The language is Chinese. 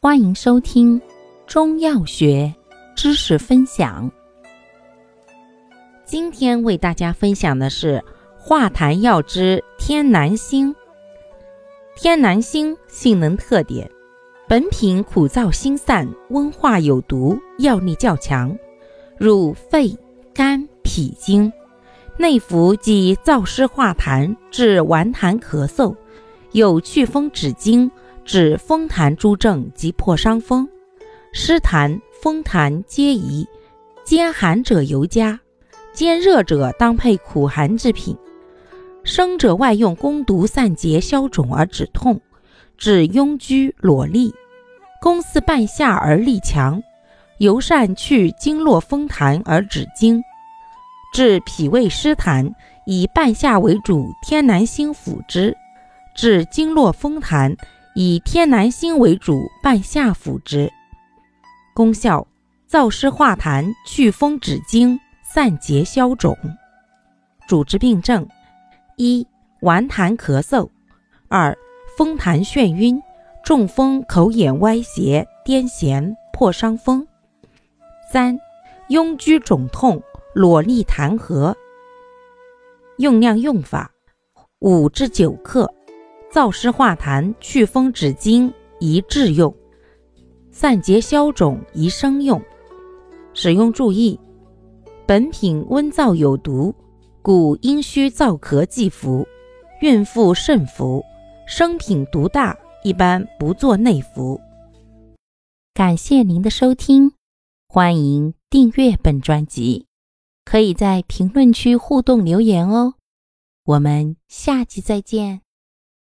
欢迎收听中药学知识分享。今天为大家分享的是化痰药之天南星。天南星性能特点：本品苦燥辛散，温化有毒，药力较强，入肺、肝、脾经，内服即燥湿化痰，治顽痰咳嗽，有祛风止惊，治风痰诸症及破伤风，湿痰、风痰皆宜，兼寒者尤佳，兼热者当配苦寒之品。生者外用攻毒散结消肿而止痛，治痈疽裸痢，攻似半夏而力强，尤善去经络风痰而止惊。治脾胃湿痰，以半夏为主，天南星辅之；治经络风痰，以天南星为主，半夏辅之。功效：燥湿化痰，祛风止惊，散结消肿。主治病症：一、顽痰咳嗽；二、风痰眩晕、中风、口眼歪斜、癫痫、破伤风；三、痈疽肿痛、裸痢痰核。用量用法：5至9克，燥湿化痰、祛风止惊宜制用，散结消肿宜生用。使用注意：本品温燥有毒，故阴虚燥咳忌服，孕妇慎服，生品毒大，一般不做内服。感谢您的收听，欢迎订阅本专辑，可以在评论区互动留言哦。我们下期再见。